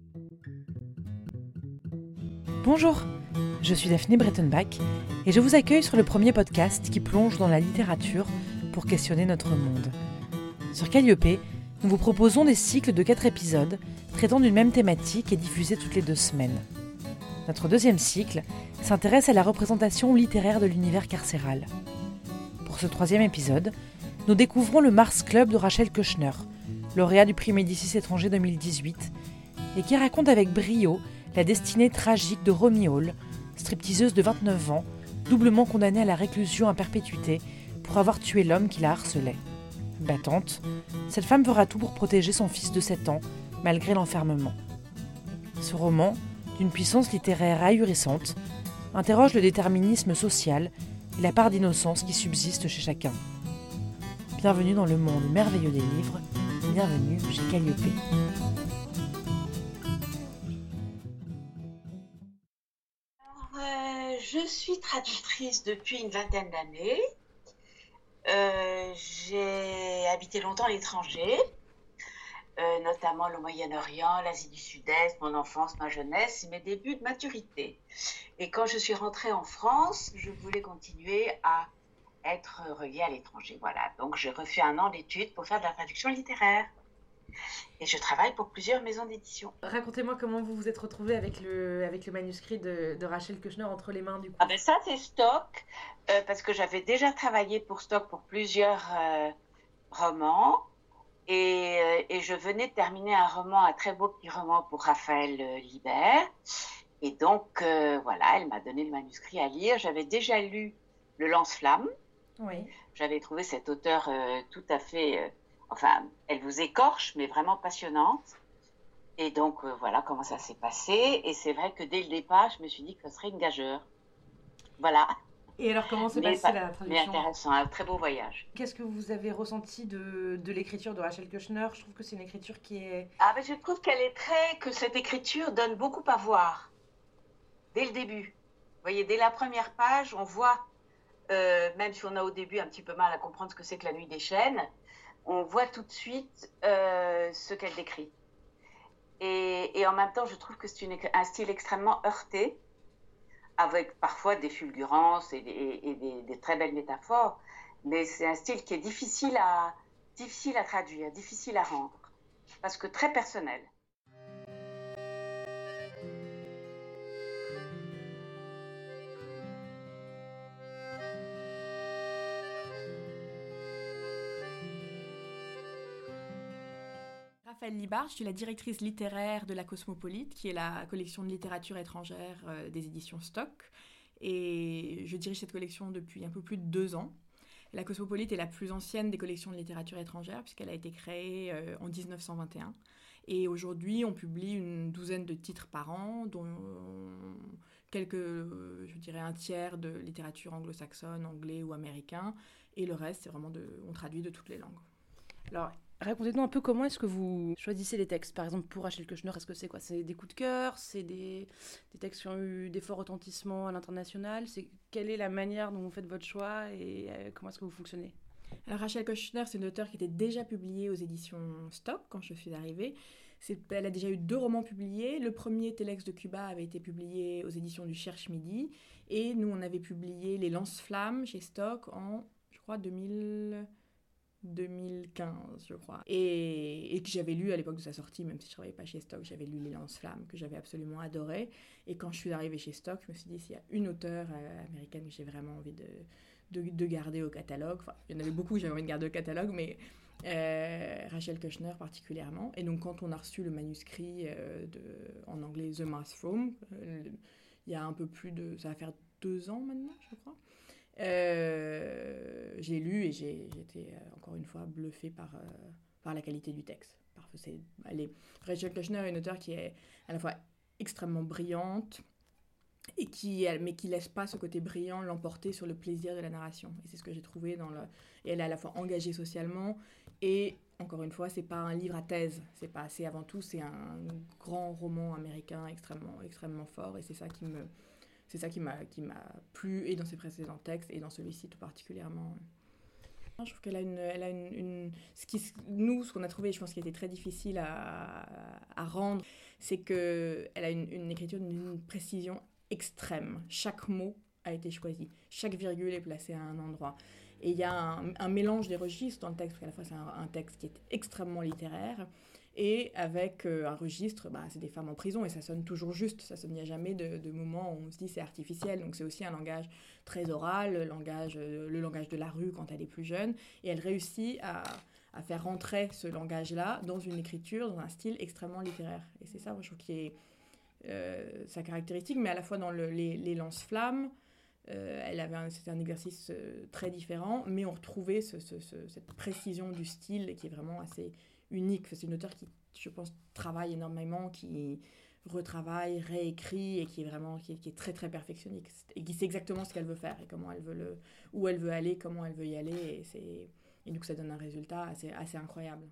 Bonjour, je suis Daphné Brettenbach et je vous accueille sur le premier podcast qui plonge dans la littérature pour questionner notre monde. Sur Calliope, nous vous proposons des cycles de 4 épisodes traitant d'une même thématique et diffusés toutes les 2 semaines. Notre deuxième cycle s'intéresse à la représentation littéraire de l'univers carcéral. Pour ce 3e épisode, nous découvrons le Mars Club de Rachel Kushner, lauréat du prix Médicis étranger 2018, et qui raconte avec brio la destinée tragique de Romy Hall, stripteaseuse de 29 ans, doublement condamnée à la réclusion à perpétuité pour avoir tué l'homme qui la harcelait. Battante, cette femme fera tout pour protéger son fils de 7 ans, malgré l'enfermement. Ce roman, d'une puissance littéraire ahurissante, interroge le déterminisme social et la part d'innocence qui subsiste chez chacun. Bienvenue dans le monde merveilleux des livres, bienvenue chez Calliope. Je suis traductrice depuis une vingtaine d'années. J'ai habité longtemps à l'étranger, notamment le Moyen-Orient, l'Asie du Sud-Est, mon enfance, ma jeunesse et mes débuts de maturité. Et quand je suis rentrée en France, je voulais continuer à être reliée à l'étranger. Voilà, donc j'ai refait 1 an d'études pour faire de la traduction littéraire. Et je travaille pour plusieurs maisons d'édition. Racontez-moi comment vous vous êtes retrouvée avec le manuscrit de Rachel Kushner entre les mains du coup. Ah ben ça c'est Stock, parce que j'avais déjà travaillé pour Stock pour plusieurs romans. Et je venais de terminer un très beau petit roman pour Raphaël Libert. Et donc, voilà, elle m'a donné le manuscrit à lire. J'avais déjà lu Le Lance-Flamme. Oui. J'avais trouvé cette auteure tout à fait... elle vous écorche, mais vraiment passionnante. Et donc, voilà comment ça s'est passé. Et c'est vrai que dès le départ, je me suis dit que ce serait une gageure. Voilà. Et alors, comment s'est passée la traduction ? Mais intéressant, un très beau voyage. Qu'est-ce que vous avez ressenti de l'écriture de Rachel Kushner ? Je trouve que c'est une écriture qui est... Ah ben, je trouve que cette écriture donne beaucoup à voir. Dès le début. Vous voyez, dès la première page, on voit, même si on a au début un petit peu mal à comprendre ce que c'est que la nuit des chênes, on voit tout de suite ce qu'elle décrit. Et en même temps, je trouve que c'est un style extrêmement heurté, avec parfois des fulgurances et des très belles métaphores, mais c'est un style qui est difficile à traduire, difficile à rendre, parce que très personnel. Raphaël Libard, je suis la directrice littéraire de la Cosmopolite, qui est la collection de littérature étrangère des éditions Stock. Et je dirige cette collection depuis un peu plus de 2 ans. La Cosmopolite est la plus ancienne des collections de littérature étrangère, puisqu'elle a été créée en 1921. Et aujourd'hui, on publie une douzaine de titres par an, dont quelques, je dirais un tiers de littérature anglo-saxonne, anglais ou américain. Et le reste, c'est vraiment on traduit de toutes les langues. Alors, racontez-nous un peu comment est-ce que vous choisissez les textes. Par exemple, pour Rachel Kushner, est-ce que c'est quoi ? C'est des coups de cœur ? C'est des textes qui ont eu des forts retentissements à l'international ? Quelle est la manière dont vous faites votre choix et comment est-ce que vous fonctionnez ? Alors Rachel Kushner, c'est une auteure qui était déjà publiée aux éditions Stock quand je suis arrivée. Elle a déjà eu 2 romans publiés. Le premier, Telex de Cuba, avait été publié aux éditions du Cherche Midi. Et nous, on avait publié Les Lance-Flammes chez Stock en, je crois, 2015, je crois. Et que j'avais lu à l'époque de sa sortie, même si je ne travaillais pas chez Stock, j'avais lu Les Lance-Flammes, que j'avais absolument adoré. Et quand je suis arrivée chez Stock, je me suis dit, s'il y a une auteure américaine que j'ai vraiment envie de garder au catalogue, enfin, il y en avait beaucoup que j'avais envie de garder au catalogue, mais Rachel Kushner particulièrement. Et donc, quand on a reçu le manuscrit en anglais The Mars Room, il y a un peu plus de... ça va faire 2 ans maintenant, je crois. J'ai lu et j'ai été encore une fois bluffée par la qualité du texte. Rachel Kushner est une auteure qui est à la fois extrêmement brillante mais qui laisse pas ce côté brillant l'emporter sur le plaisir de la narration. Et c'est ce que j'ai trouvé et elle est à la fois engagée socialement et encore une fois, c'est pas un livre à thèse. C'est avant tout, c'est un grand roman américain extrêmement, extrêmement fort et c'est ça qui m'a plu et dans ses précédents textes et dans celui-ci tout particulièrement. Je trouve qu'elle a ce qu'on a trouvé, je pense, qui a été très difficile à rendre, c'est qu'elle a une écriture d'une précision extrême. Chaque mot a été choisi, chaque virgule est placée à un endroit. Et il y a un mélange des registres dans le texte, parce qu'à la fois c'est un texte qui est extrêmement littéraire, et avec un registre, c'est des femmes en prison, et ça sonne toujours juste, il n'y a jamais de moment où on se dit c'est artificiel, donc c'est aussi un langage très oral, le langage de la rue quand elle est plus jeune, et elle réussit à faire rentrer ce langage-là dans une écriture, dans un style extrêmement littéraire. Et c'est ça, moi, je trouve, qui est sa caractéristique, mais à la fois dans les lance-flammes, c'était un exercice très différent, mais on retrouvait cette précision du style qui est vraiment assez unique. C'est une auteure qui, je pense, travaille énormément, qui retravaille, réécrit et qui est très très perfectionniste et qui sait exactement ce qu'elle veut faire et comment elle veut où elle veut aller, comment elle veut y aller, et donc ça donne un résultat assez incroyable.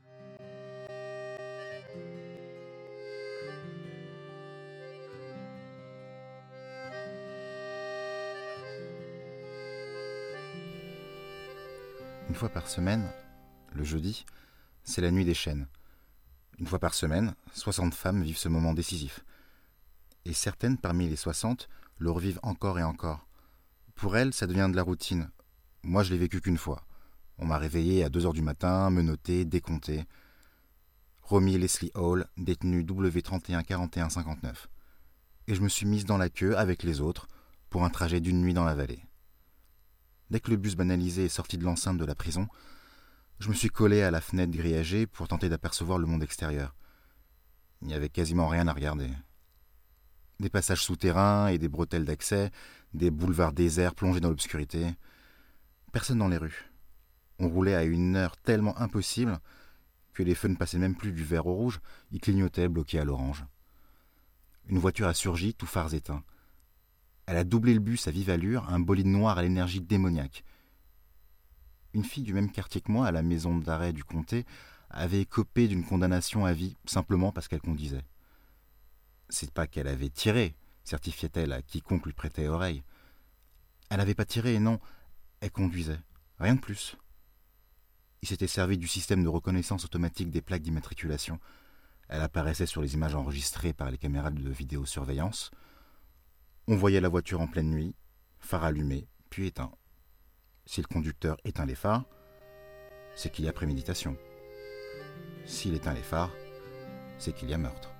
Une fois par semaine, le jeudi, c'est la nuit des chaînes. Une fois par semaine, 60 femmes vivent ce moment décisif. Et certaines parmi les 60 le revivent encore et encore. Pour elles, ça devient de la routine. Moi, je l'ai vécu qu'une fois. On m'a réveillé à 2h du matin, menotté, décompté. Romy Leslie Hall, détenue W314159. Et je me suis mise dans la queue avec les autres pour un trajet d'une nuit dans la vallée. Dès que le bus banalisé est sorti de l'enceinte de la prison, je me suis collé à la fenêtre grillagée pour tenter d'apercevoir le monde extérieur. Il n'y avait quasiment rien à regarder. Des passages souterrains et des bretelles d'accès, des boulevards déserts plongés dans l'obscurité. Personne dans les rues. On roulait à une heure tellement impossible que les feux ne passaient même plus du vert au rouge, ils clignotaient bloqués à l'orange. Une voiture a surgi, tout phares éteints. Elle a doublé le bus à vive allure, un bolide noir à l'énergie démoniaque. Une fille du même quartier que moi, à la maison d'arrêt du comté, avait écopé d'une condamnation à vie simplement parce qu'elle conduisait. C'est pas qu'elle avait tiré, certifiait-elle à quiconque lui prêtait oreille. Elle n'avait pas tiré, non, elle conduisait. Rien de plus. Il s'était servi du système de reconnaissance automatique des plaques d'immatriculation. Elle apparaissait sur les images enregistrées par les caméras de vidéosurveillance. On voyait la voiture en pleine nuit, phare allumé, puis éteint. Si le conducteur éteint les phares, c'est qu'il y a préméditation. S'il éteint les phares, c'est qu'il y a meurtre.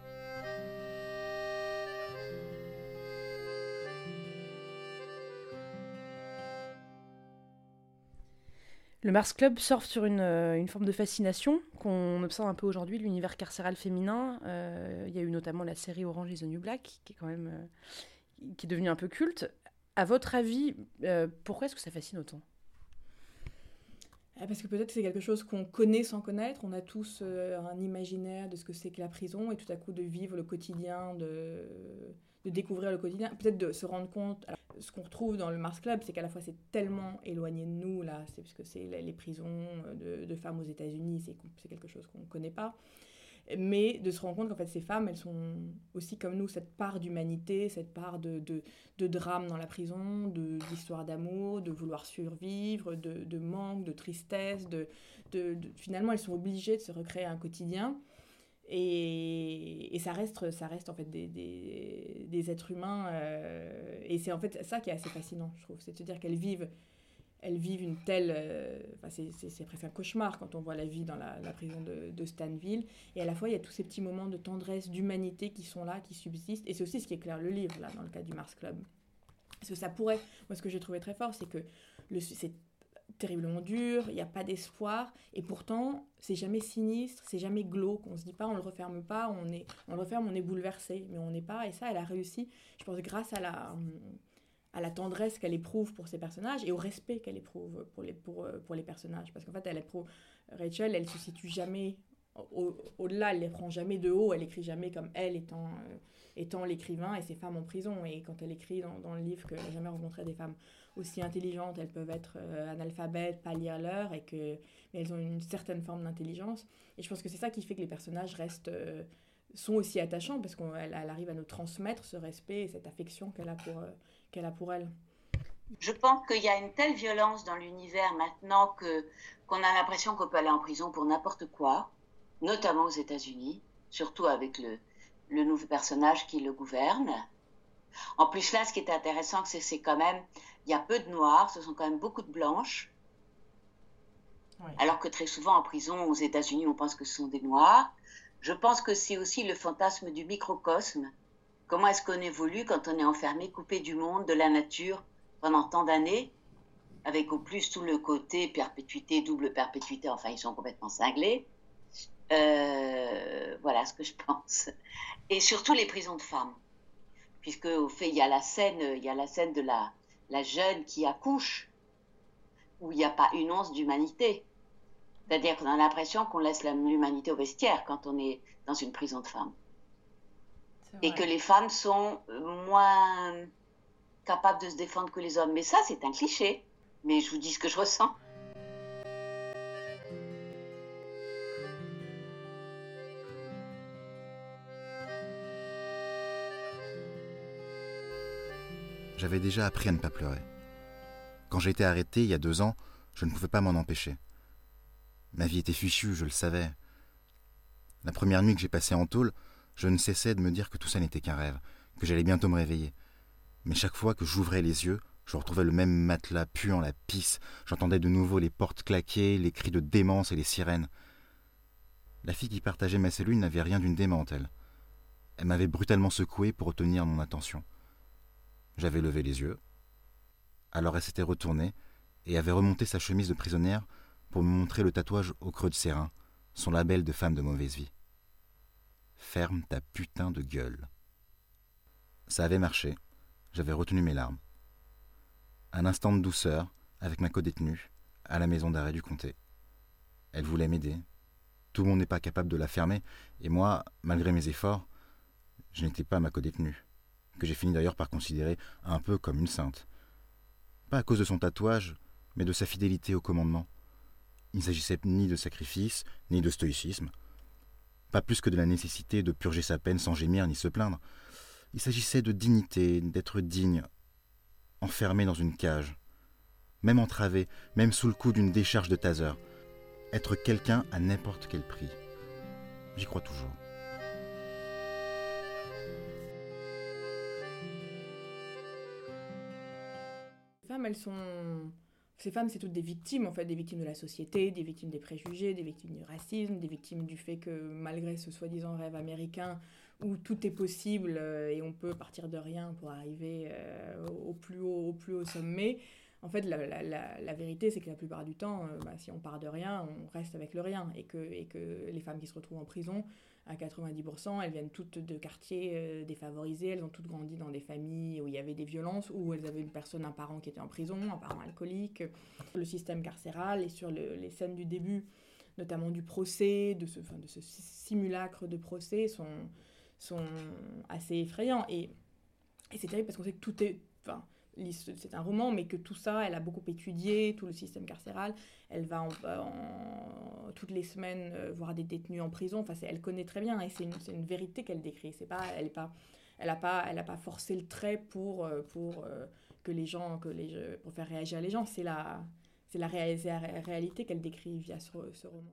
Le Mars Club surfe sur une forme de fascination qu'on observe un peu aujourd'hui, l'univers carcéral féminin. Il y a eu notamment la série Orange is the New Black, qui est quand même qui est devenue un peu culte. À votre avis, pourquoi est-ce que ça fascine autant ? Parce que peut-être c'est quelque chose qu'on connaît sans connaître. On a tous un imaginaire de ce que c'est que la prison, et tout à coup de vivre le quotidien, de découvrir le quotidien, peut-être de se rendre compte. Alors, ce qu'on retrouve dans le Mars Club, c'est qu'à la fois c'est tellement éloigné de nous, là, c'est parce que c'est les prisons de femmes aux États-Unis, c'est quelque chose qu'on ne connaît pas. Mais de se rendre compte qu'en fait ces femmes, elles sont aussi comme nous, cette part d'humanité, cette part de drame dans la prison, d'histoire d'amour, de vouloir survivre, de manque, de tristesse, finalement elles sont obligées de se recréer un quotidien, et ça reste en fait des êtres humains, et c'est en fait ça qui est assez fascinant, je trouve, c'est de se dire qu'elles vivent une telle... c'est presque un cauchemar quand on voit la vie dans la prison de Stanville. Et à la fois, il y a tous ces petits moments de tendresse, d'humanité qui sont là, qui subsistent. Et c'est aussi ce qui éclaire le livre, là, dans le cas du Mars Club. Parce que ça pourrait... Moi, ce que j'ai trouvé très fort, c'est que c'est terriblement dur, il n'y a pas d'espoir. Et pourtant, c'est jamais sinistre, c'est jamais glauque. On ne se dit pas, on ne le referme pas, on le referme, on est bouleversé. Mais on n'est pas... Et ça, elle a réussi, je pense, grâce à la tendresse qu'elle éprouve pour ses personnages et au respect qu'elle éprouve pour les personnages. Parce qu'en fait, Rachel, elle se situe jamais au-delà, elle les prend jamais de haut, elle écrit jamais comme elle étant l'écrivain et ses femmes en prison. Et quand elle écrit dans le livre qu'elle n'a jamais rencontré des femmes aussi intelligentes, elles peuvent être analphabètes, pas lire l'heure, mais elles ont une certaine forme d'intelligence. Et je pense que c'est ça qui fait que les personnages sont aussi attachants, parce qu'elle arrive à nous transmettre ce respect et cette affection qu'elle a pour elle. Je pense qu'il y a une telle violence dans l'univers maintenant qu'on a l'impression qu'on peut aller en prison pour n'importe quoi, notamment aux États-Unis, surtout avec le nouveau personnage qui le gouverne. En plus là, ce qui est intéressant, c'est quand même, il y a peu de noirs, ce sont quand même beaucoup de blanches. Oui. Alors que très souvent en prison aux États-Unis, on pense que ce sont des noirs. Je pense que c'est aussi le fantasme du microcosme. Comment est-ce qu'on évolue quand on est enfermé, coupé du monde, de la nature, pendant tant d'années, avec au plus tout le côté perpétuité, double perpétuité, enfin ils sont complètement cinglés. Voilà ce que je pense. Et surtout les prisons de femmes, puisque au fait il y a la scène de la jeune qui accouche, où il n'y a pas une once d'humanité. C'est-à-dire qu'on a l'impression qu'on laisse l'humanité au vestiaire quand on est dans une prison de femmes. Et que les femmes sont moins capables de se défendre que les hommes. Mais ça, c'est un cliché. Mais je vous dis ce que je ressens. J'avais déjà appris à ne pas pleurer. Quand j'ai été arrêté il y a 2 ans, je ne pouvais pas m'en empêcher. Ma vie était fichue, je le savais. La première nuit que j'ai passée en tôle, je ne cessais de me dire que tout ça n'était qu'un rêve, que j'allais bientôt me réveiller. Mais chaque fois que j'ouvrais les yeux, je retrouvais le même matelas puant la pisse, j'entendais de nouveau les portes claquer, les cris de démence et les sirènes. La fille qui partageait ma cellule n'avait rien d'une démente, elle. Elle m'avait brutalement secoué pour obtenir mon attention. J'avais levé les yeux. Alors elle s'était retournée et avait remonté sa chemise de prisonnière pour me montrer le tatouage au creux de ses reins, son label de femme de mauvaise vie. Ferme ta putain de gueule. Ça avait marché. J'avais retenu mes larmes. Un instant de douceur, avec ma codétenue, à la maison d'arrêt du comté. Elle voulait m'aider. Tout le monde n'est pas capable de la fermer, et moi, malgré mes efforts, je n'étais pas ma codétenue, que j'ai fini d'ailleurs par considérer un peu comme une sainte. Pas à cause de son tatouage, mais de sa fidélité au commandement. Il ne s'agissait ni de sacrifice, ni de stoïcisme. Pas plus que de la nécessité de purger sa peine sans gémir ni se plaindre. Il s'agissait de dignité, d'être digne, enfermé dans une cage, même entravé, même sous le coup d'une décharge de taser. Être quelqu'un à n'importe quel prix. J'y crois toujours. Ces femmes, c'est toutes des victimes, en fait, des victimes de la société, des victimes des préjugés, des victimes du racisme, des victimes du fait que, malgré ce soi-disant rêve américain, où tout est possible et on peut partir de rien pour arriver au plus haut sommet, en fait, la vérité, c'est que la plupart du temps, si on part de rien, on reste avec le rien. Et que les femmes qui se retrouvent en prison, à 90%, elles viennent toutes de quartiers défavorisés, elles ont toutes grandi dans des familles où il y avait des violences, où elles avaient un parent qui était en prison, un parent alcoolique. Le système carcéral et sur les scènes du début, notamment du procès, de ce simulacre de procès, sont assez effrayants. Et c'est terrible parce qu'on sait que tout est... c'est un roman, mais que tout ça, elle a beaucoup étudié, tout le système carcéral. Elle va toutes les semaines voir des détenus en prison. Enfin, elle connaît très bien et c'est une vérité qu'elle décrit. Elle a pas forcé le trait pour faire réagir les gens. C'est la réalité qu'elle décrit via ce roman.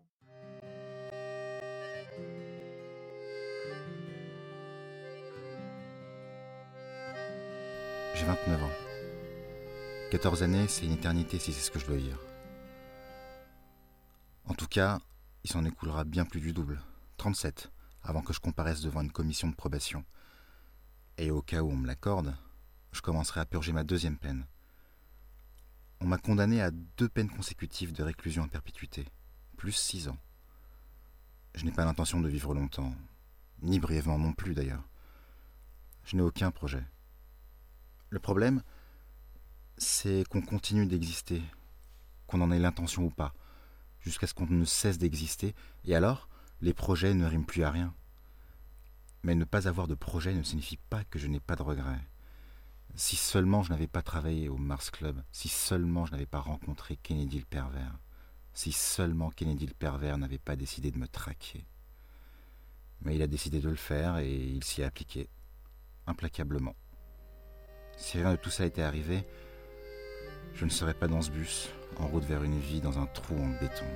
J'ai 29 ans. 14 années, c'est une éternité si c'est ce que je dois vivre. En tout cas, il s'en écoulera bien plus du double, 37, avant que je comparaisse devant une commission de probation. Et au cas où on me l'accorde, je commencerai à purger ma 2e peine. On m'a condamné à 2 peines consécutives de réclusion à perpétuité, plus 6 ans. Je n'ai pas l'intention de vivre longtemps, ni brièvement non plus d'ailleurs. Je n'ai aucun projet. Le problème, c'est qu'on continue d'exister, qu'on en ait l'intention ou pas, jusqu'à ce qu'on ne cesse d'exister, et alors, les projets ne riment plus à rien. Mais ne pas avoir de projet ne signifie pas que je n'ai pas de regrets. Si seulement je n'avais pas travaillé au Mars Club, si seulement je n'avais pas rencontré Kennedy le pervers, si seulement Kennedy le pervers n'avait pas décidé de me traquer. Mais il a décidé de le faire et il s'y est appliqué, implacablement. Si rien de tout ça était arrivé, je ne serai pas dans ce bus, en route vers une vie dans un trou en béton.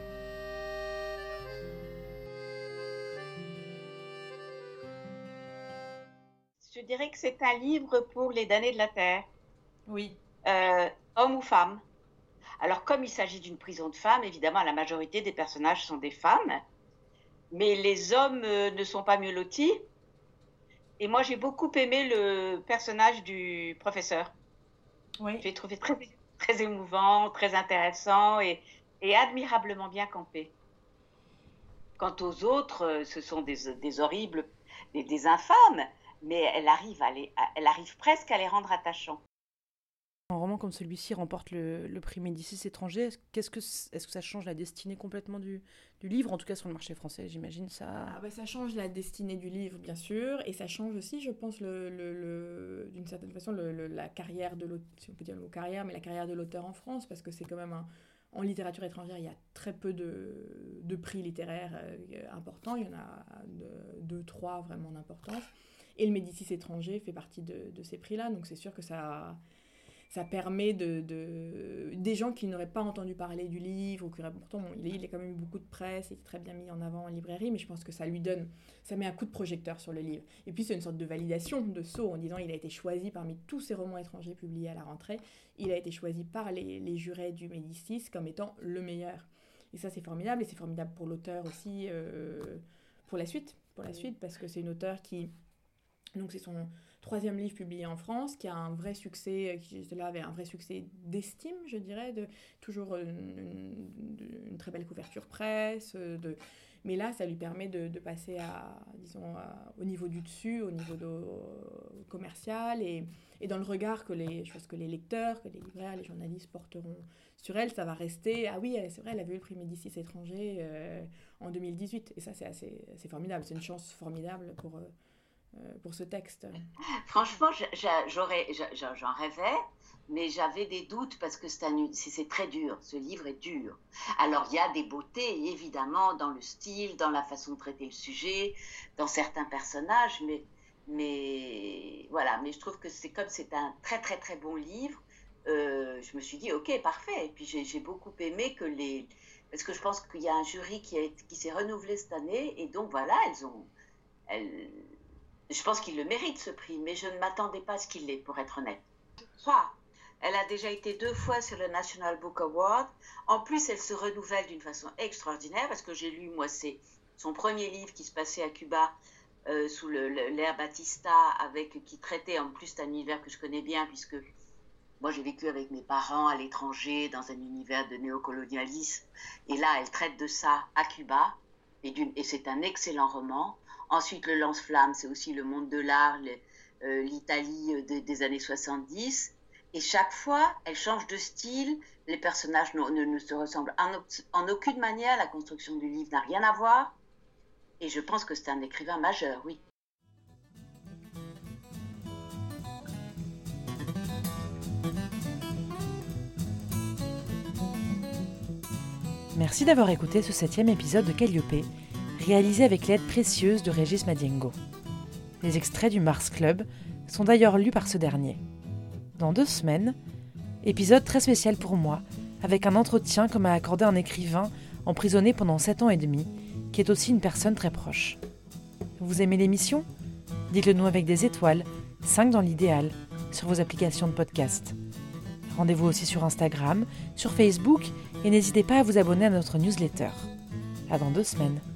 Je dirais que c'est un livre pour les damnés de la Terre. Oui. Hommes ou femmes. Alors, comme il s'agit d'une prison de femmes, évidemment, la majorité des personnages sont des femmes, mais les hommes ne sont pas mieux lotis. Et moi, j'ai beaucoup aimé le personnage du professeur. Oui. J'ai trouvé très, très émouvant, très intéressant et admirablement bien campé. Quant aux autres, ce sont des horribles, des infâmes, mais elle arrive presque à les rendre attachants. Un roman comme celui-ci remporte le prix Médicis étranger. Est-ce que ça change la destinée complètement du livre, en tout cas sur le marché français, j'imagine ça. Ça change la destinée du livre, bien sûr, et ça change aussi, je pense, d'une certaine façon, la carrière de l'auteur, si on peut dire le mot carrière, mais la carrière de l'auteur en France, parce que c'est quand même en littérature étrangère, il y a très peu de prix littéraires importants. Il y en a 2, 3 vraiment d'importance. Et le Médicis étranger fait partie de ces prix-là, donc c'est sûr que ça permet des gens qui n'auraient pas entendu parler du livre, ou qui auraient, pourtant il a quand même eu beaucoup de presse, il est très bien mis en avant en librairie, mais je pense que ça met un coup de projecteur sur le livre. Et puis c'est une sorte de validation, de saut, en disant il a été choisi parmi tous ces romans étrangers publiés à la rentrée, il a été choisi par les jurés du Médicis comme étant le meilleur. Et ça c'est formidable, et c'est formidable pour l'auteur aussi, pour la suite, parce que c'est une auteure qui... Donc c'est son 3e livre publié en France, qui a un vrai succès, qui là avait un vrai succès d'estime, je dirais, toujours une très belle couverture presse, mais là ça lui permet de passer au niveau du dessus, au niveau commercial, et dans le regard je pense que les lecteurs, que les libraires, les journalistes porteront sur elle, ça va rester, ah oui, c'est vrai, elle avait eu le prix Médicis étranger en 2018, et ça c'est formidable, c'est une chance formidable pour ce texte. Franchement, j'en rêvais, mais j'avais des doutes parce que c'est très dur, ce livre est dur. Alors il y a des beautés évidemment dans le style, dans la façon de traiter le sujet, dans certains personnages, mais voilà, mais je trouve que c'est un très très très bon livre, je me suis dit ok, parfait, et puis j'ai beaucoup aimé parce que je pense qu'il y a un jury qui s'est renouvelé cette année, et donc voilà, je pense qu'il le mérite, ce prix, mais je ne m'attendais pas à ce qu'il l'ait, pour être honnête. Elle a déjà été 2 fois sur le National Book Award. En plus, elle se renouvelle d'une façon extraordinaire, parce que j'ai lu, moi, c'est son premier livre qui se passait à Cuba, sous l'ère Batista, qui traitait en plus d'un univers que je connais bien, puisque moi, j'ai vécu avec mes parents à l'étranger, dans un univers de néocolonialisme. Et là, elle traite de ça à Cuba, et c'est un excellent roman. Ensuite, Le Lance-Flamme, c'est aussi le monde de l'art, l'Italie des années 70. Et chaque fois, elle change de style. Les personnages ne se ressemblent en aucune manière. La construction du livre n'a rien à voir. Et je pense que c'est un écrivain majeur, oui. Merci d'avoir écouté ce 7e épisode de Calliope, réalisé avec l'aide précieuse de Régis Madiengo. Les extraits du Mars Club sont d'ailleurs lus par ce dernier. Dans 2 semaines, épisode très spécial pour moi, avec un entretien que m'a accordé un écrivain emprisonné pendant 7 ans et demi, qui est aussi une personne très proche. Vous aimez l'émission ? Dites-le nous avec des étoiles, 5 dans l'idéal, sur vos applications de podcast. Rendez-vous aussi sur Instagram, sur Facebook, et n'hésitez pas à vous abonner à notre newsletter. À dans 2 semaines.